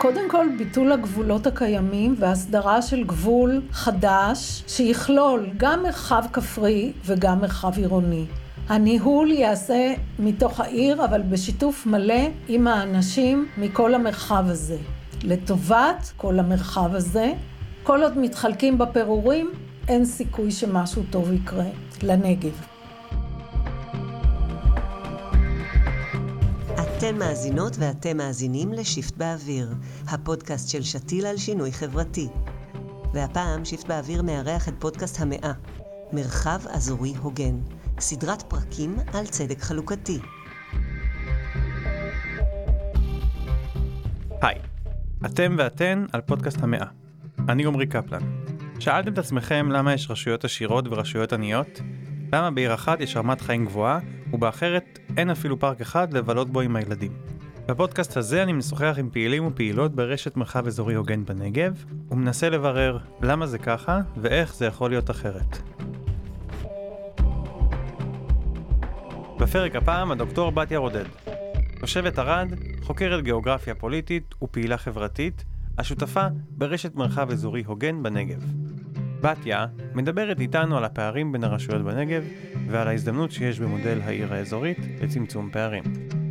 קודם כל ביטול הגבולות הקיימים והסדרה של גבול חדש שיכלול גם מרחב כפרי וגם מרחב עירוני. הניהול יעשה מתוך העיר אבל בשיתוף מלא עם האנשים מכל המרחב הזה. לטובת כל המרחב הזה, כל עוד מתחלקים בפירורים, אין סיכוי שמשהו טוב יקרה לנגב. אתן מאזינות ואתם מאזינים לשיפט באוויר, הפודקאסט של שתיל על שינוי חברתי. והפעם שיפט באוויר מארח את פודקאסט המאה, מרחב אזורי הוגן, סדרת פרקים על צדק חלוקתי. היי, אתם ואתן על פודקאסט המאה. אני עומרי קפלן. שאלתם את עצמכם למה יש רשויות עשירות ורשויות עניות? למה בעיר אחת יש רמת חיים גבוהה, ובאחרת אין אפילו פארק אחד לבלות בו עם הילדים? בפודקאסט הזה אני משוחח עם פעילים ופעילות ברשת מרחב אזורי הוגן בנגב, ומנסה לברר למה זה ככה ואיך זה יכול להיות אחרת. בפרק הפעם הדוקטור בתיה רודד. תושבת ערד, חוקרת גיאוגרפיה פוליטית ופעילה חברתית, השותפה ברשת מרחב אזורי הוגן בנגב. בתיה מדברת איתנו על הפערים בין הרשויות בנגב ועל ההזדמנות שיש במודל העיר האזורית לצמצום פערים.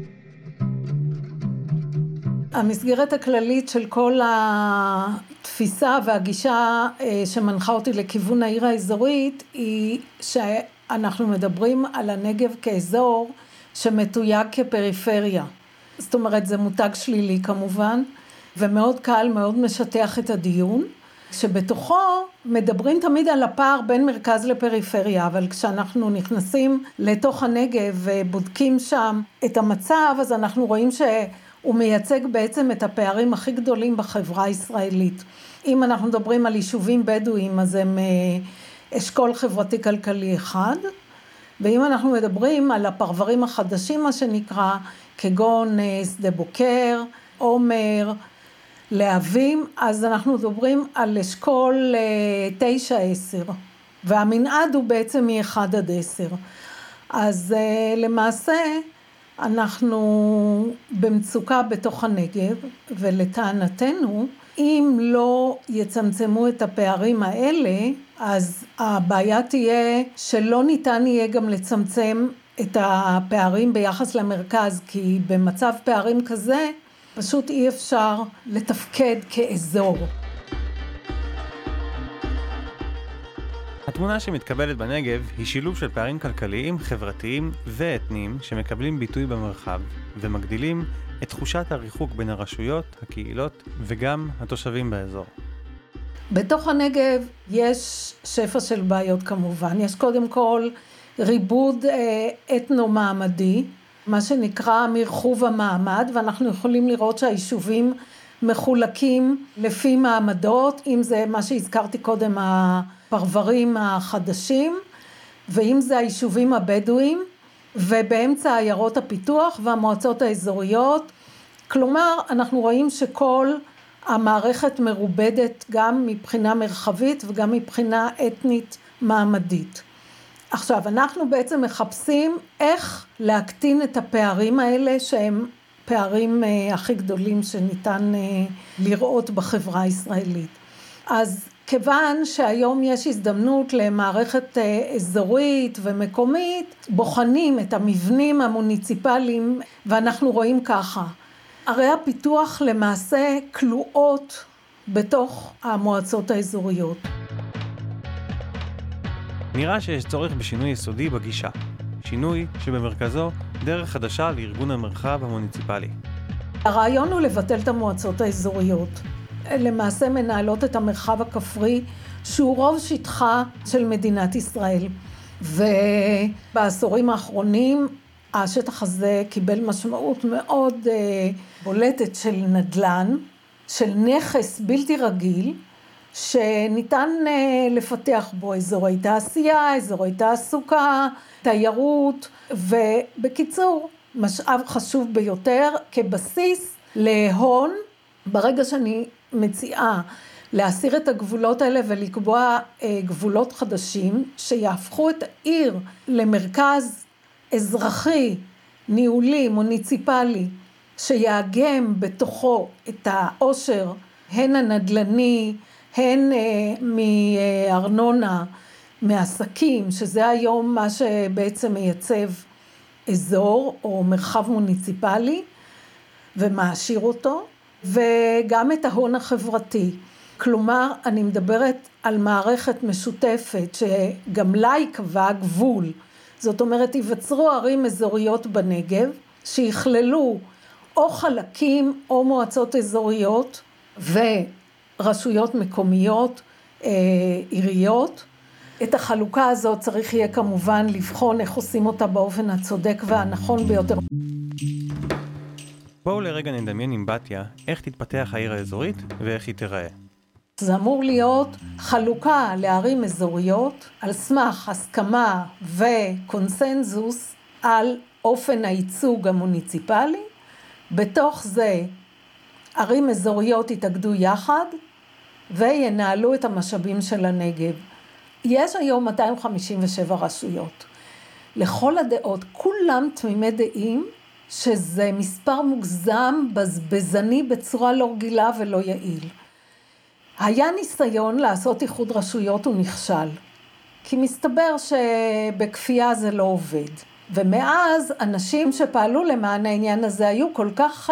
המסגרת הכללית של כל התפיסה והגישה שמנחה אותי לכיוון העיר האזורית היא שאנחנו מדברים על הנגב כאזור שמתויג כפריפריה. זאת אומרת, זה מותג שלילי כמובן, ומאוד קל, מאוד משטח את הדיון. שבתוכו מדברים תמיד על הפער בין מרכז לפריפריה, אבל כשאנחנו נכנסים לתוך הנגב ובודקים שם את המצב, אז אנחנו רואים שהוא מייצג בעצם את הפערים הכי גדולים בחברה הישראלית. אם אנחנו מדברים על יישובים בדואיים, אז הם אשכול חברתי כלכלי אחד, ואם אנחנו מדברים על הפרברים החדשים, מה שנקרא, כגון שדה בוקר, עומר, להבים, אז אנחנו מדברים על אשכול 9-10, והמנעד הוא בעצם מ-1 עד 10. אז למעשה אנחנו במצוקה בתוך הנגב, ולטענתנו, אם לא יצמצמו את הפערים האלה, אז הבעיה תהיה שלא ניתן יהיה גם לצמצם את הפערים ביחס למרכז, כי במצב פערים כזה, פשוט אי אפשר לתפקד כאזור. התמונה שמתקבלת בנגב היא שילוב של פערים כלכליים, חברתיים ואתניים שמקבלים ביטוי במרחב ומגדילים את תחושת הריחוק בין הרשויות, הקהילות וגם התושבים באזור. בתוך הנגב יש שפע של בעיות כמובן. יש קודם כל ריבוד אתנו-מעמדי, מה שנקרא מרחוב המעמד, ואנחנו יכולים לראות שהיישובים מחולקים לפי מעמדות, אם זה מה שהזכרתי קודם, הפרברים החדשים, ואם זה היישובים הבדואיים, ובאמצע עיירות הפיתוח והמועצות האזוריות. כלומר, אנחנו רואים שכל המערכת מרובדת גם מבחינה מרחבית וגם מבחינה אתנית מעמדית. עכשיו, אנחנו בעצם מחפשים איך להקטין את הפערים האלה, שהם פערים הכי גדולים שניתן לראות בחברה הישראלית. אז כיוון שהיום יש הזדמנות למערכת אזורית ומקומית, בוחנים את המבנים המוניציפליים, ואנחנו רואים ככה. ערי הפיתוח למעשה כלואות בתוך המועצות האזוריות. נראה שיש צורך בשינוי יסודי בגישה. שינוי שבמרכזו דרך חדשה לארגון המרחב המוניציפלי. הרעיון הוא לבטל את המועצות האזוריות. למעשה מנהלות את המרחב הכפרי, שהוא רוב שטחה של מדינת ישראל. ובעשורים האחרונים השטח הזה קיבל משמעות מאוד בולטת של נדל"ן, של נכס בלתי רגיל, שניתן לפתח בו אזורי תעשייה, אזורי תעסוקה, תיירות, ובקיצור, משאב חשוב ביותר כבסיס להון. ברגע שאני מציעה להסיר את הגבולות האלה ולקבוע גבולות חדשים, שיהפכו את העיר למרכז אזרחי, ניהולי, מוניציפלי, שיאגם בתוכו את העושר, הן הנדלני, הן מארנונה, מעסקים, שזה היום מה שבעצם מייצב אזור או מרחב מוניציפלי, ומעשיר אותו, וגם את ההון החברתי. כלומר, אני מדברת על מערכת משותפת שגם לה יקבע גבול. זאת אומרת, ייווצרו ערים אזוריות בנגב, שיכללו או חלקים או מועצות אזוריות ורשויות מקומיות, עיריות. את החלוקה הזאת צריך יהיה כמובן לבחון איך עושים אותה באופן הצודק והנכון ביותר. בואו לרגע נדמיין עם בתיה איך תתפתח העיר האזורית ואיך היא תיראה. זה אמור להיות חלוקה לערים אזוריות על סמך הסכמה וקונסנזוס על אופן הייצוג המוניציפלי. בתוך זה ערים אזוריות יתאגדו יחד וינהלו את המשאבים של הנגב. יש היום 257 רשויות. לכל הדעות, כולם תמימי דעים שזה מספר מוגזם, בזבזני בצורה לא רגילה ולא יעיל. היה ניסיון לעשות איחוד רשויות ונכשל, כי מסתבר שבכפייה זה לא עובד. ומאז אנשים שפעלו למען העניין הזה היו כל כך,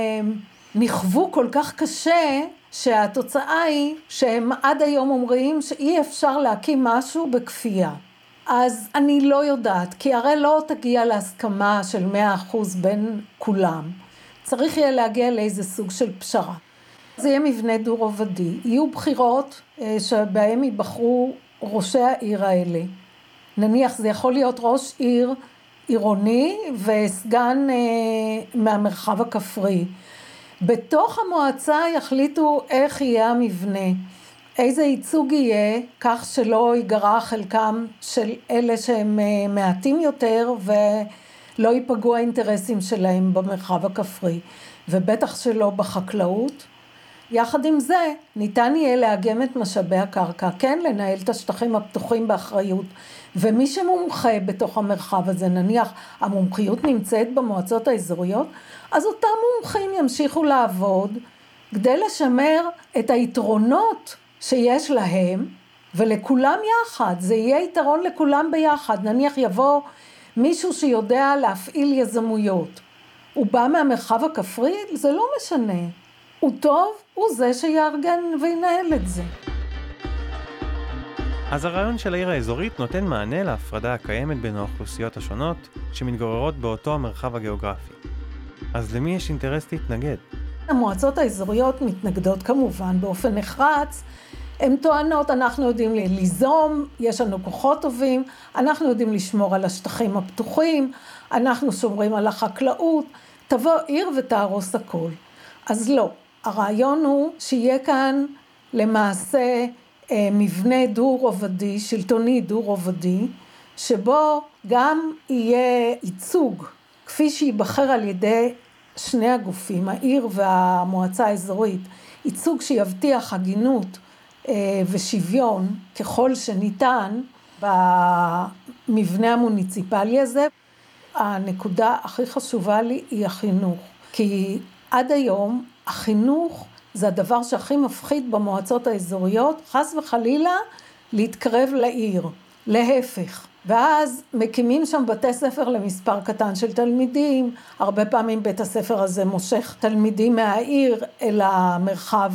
נכוו כל כך קשה, שהתוצאה היא שהם עד היום אומרים שאי אפשר להקים משהו בכפייה. אז אני לא יודעת, כי הרי לא תגיע להסכמה של 100% בין כולם. צריך יהיה להגיע לאיזה סוג של פשרה. זה יהיה מבנה דו-רובדי. יהיו בחירות שבהם ייבחרו ראשי העיר האלה. נניח זה יכול להיות ראש עיר עירוני וסגן מהמרחב הכפרי. בתוך המועצה יחליטו איך יהיה המבנה. איזה ייצוג יהיה, כך שלא ייגרע חלקם של אלה שהם מעטים יותר ולא ייפגעו האינטרסים שלהם במרחב הכפרי, ובטח שלא בחקלאות. יחד עם זה, ניתן יהיה לאגם את משאבי הקרקע, כן, לנהל את השטחים הפתוחים באחריות, ומי שמומחה בתוך המרחב הזה, נניח המומחיות נמצאת במועצות האזוריות, אז אותם מומחים ימשיכו לעבוד, כדי לשמר את היתרונות שיש להם, ולכולם יחד, זה יהיה יתרון לכולם ביחד. נניח יבוא מישהו שיודע להפעיל יזמויות, הוא בא מהמרחב הכפרי, זה לא משנה. הוא טוב, הוא זה שיארגן וינהל את זה. אז הרעיון של העיר האזורית נותן מענה להפרדה הקיימת בין האוכלוסיות השונות שמתגוררות באותו המרחב הגיאוגרפי. אז למי יש אינטרס להתנגד? המועצות האזוריות מתנגדות כמובן באופן נחרץ. הן טוענות, אנחנו יודעים ליזום, יש לנו כוחות טובים, אנחנו יודעים לשמור על השטחים הפתוחים, אנחנו שומרים על החקלאות, תבוא עיר ותהרוס הכל. אז לא, הרעיון הוא שיהיה כאן למעשה מבנה דו-רובדי, שלטוני דו-רובדי, שבו גם יהיה ייצוג, כפי שיבחר על ידי שני הגופים, העיר והמועצה האזורית, ייצוג שיבטיח הגינות ושוויון ככל שניתן במבנה המוניציפלי הזה. הנקודה הכי חשובה לי היא החינוך, כי עד היום החינוך זה הדבר שהכי מפחיד במועצות האזוריות, חס וחלילה להתקרב לעיר, להפך. ואז מקימים שם בתי ספר למספר קטן של תלמידים, הרבה פעמים בית הספר הזה מושך תלמידים מהעיר אל המרחב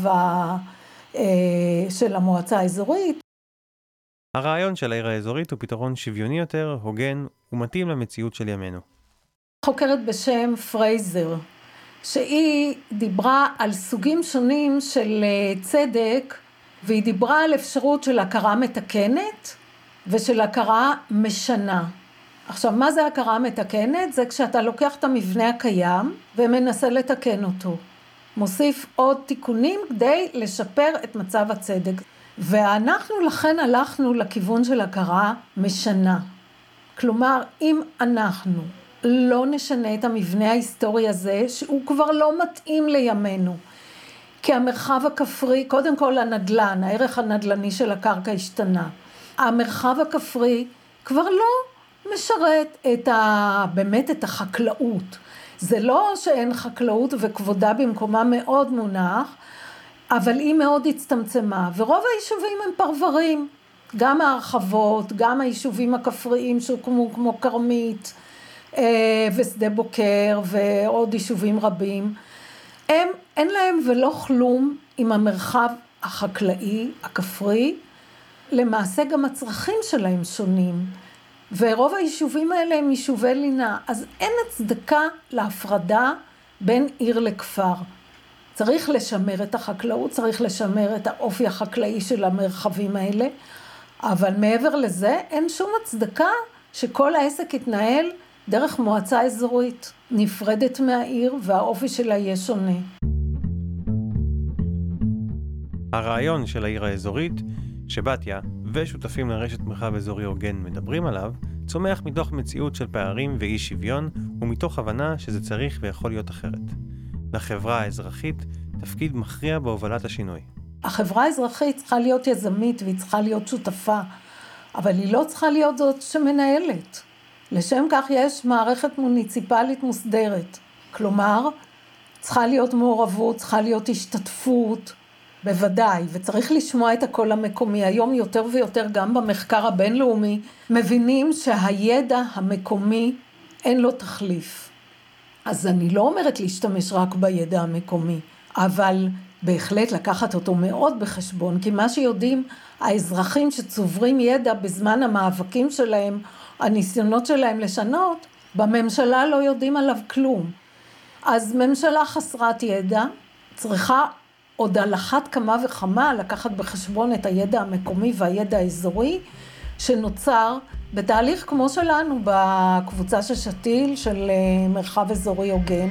של המועצה האזורית. הרעיון של העיר האזורית הוא פתרון שוויוני יותר, הוגן ומתאים למציאות של ימינו. חוקרת בשם פרייזר, שהיא דיברה על סוגים שונים של צדק, והיא דיברה על אפשרות של הכרה מתקנת ושל הכרה משנה. עכשיו, מה זה הכרה מתקנת? זה כשאתה לוקח את המבנה הקיים ומנסה לתקן אותו. מוסיף עוד תיקונים כדי לשפר את מצב הצדק. ואנחנו לכן הלכנו לכיוון של הכרה משנה. כלומר, אם אנחנו לא נשנה את המבנה ההיסטורי הזה, שהוא כבר לא מתאים לימינו, כי המרחב הכפרי, קודם כל הנדלן, הערך הנדלני של הקרקע השתנה. המרחב הכפרי כבר לא משרת באמת את החקלאות. זה לא שאין חקלאות וכבודה במקומה מאוד מונח, אבל היא מאוד הצטמצמה, ורוב היישובים הם פרברים, גם ההרחבות, גם היישובים הכפריים שהוקמו כמו כרמית ושדה בוקר ועוד יישובים רבים, אין להם ולא כלום עם המרחב החקלאי, הכפרי, למעשה גם הצרכים שלהם שונים, ורוב היישובים האלה הם יישובי לינה, אז אין הצדקה להפרדה בין עיר לכפר. צריך לשמר את החקלאות, צריך לשמר את האופי החקלאי של המרחבים האלה, אבל מעבר לזה אין שום הצדקה שכל העסק יתנהל דרך מועצה אזורית, נפרדת מהעיר והאופי שלה יהיה שונה. הרעיון של העיר האזורית, שבתיה ושותפים לרשת מרחב אזורי הוגן מדברים עליו, צומח מתוך מציאות של פערים ואי שוויון, ומתוך הבנה שזה צריך ויכול להיות אחרת. לחברה האזרחית תפקיד מכריע בהובלת השינוי. החברה האזרחית צריכה להיות יזמית והיא צריכה להיות שותפה, אבל היא לא צריכה להיות זאת שמנהלת. לשם כך יש מערכת מוניציפלית מוסדרת. כלומר, צריכה להיות מעורבות, צריכה להיות השתתפות, בוודאי, וצריך לשמוע את הקול המקומי. היום יותר ויותר גם במחקר הבינלאומי מבינים שהידע המקומי אין לו תחליף. אז אני לא אומרת להשתמש רק בידע המקומי, אבל בהחלט לקחת אותו מאוד בחשבון, כי מה שיודעים האזרחים שצוברים ידע בזמן המאבקים שלהם, הניסיונות שלהם לשנות, בממשלה לא יודעים עליו כלום. אז ממשלה חסרת ידע צריכה עוד על אחת כמה וכמה לקחת בחשבון את הידע המקומי והידע האזורי שנוצר בתהליך כמו שלנו בקבוצה של שתיל של מרחב אזורי הוגן.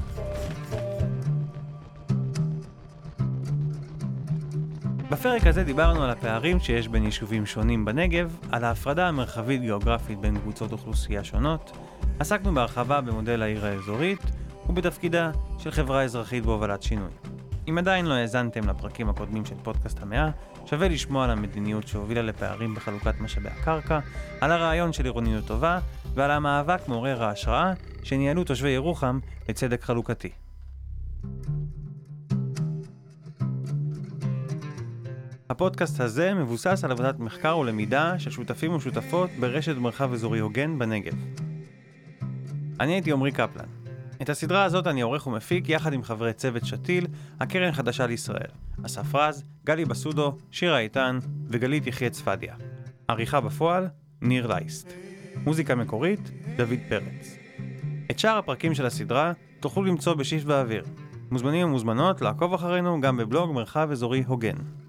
בפרק הזה דיברנו על הפערים שיש בין יישובים שונים בנגב, על ההפרדה המרחבית גיאוגרפית בין קבוצות אוכלוסייה שונות, עסקנו בהרחבה במודל העיר האזורית ובתפקידה של חברה אזרחית בהובלת שינוי. אם עדיין לא האזנתם לפרקים הקודמים של פודקאסט המאה, שווה לשמוע על המדיניות שהובילה לפערים בחלוקת משאבי הקרקע, על הרעיון של עירוניות טובה ועל המאבק מעורר ההשראה שניהלו תושבי ירוחם לצדק חלוקתי. הפודקאסט הזה מבוסס על עבודת מחקר ולמידה של שותפים ושותפות ברשת מרחב אזורי הוגן בנגב. אני הייתי עומרי קפלן. את הסדרה הזאת אני עורך ומפיק יחד עם חברי צוות שתיל, הקרן חדשה לישראל, אסף רז, גלי בסודו, שירה איתן וגלית יחיה צפדיה. עריכה בפועל, ניר לייסט. מוזיקה מקורית, דוד פרץ. את שאר הפרקים של הסדרה תוכלו למצוא בשיפט באוויר. מוזמנים ומוזמנות לעקוב אחרינו גם בבלוג מרחב אזורי הוגן.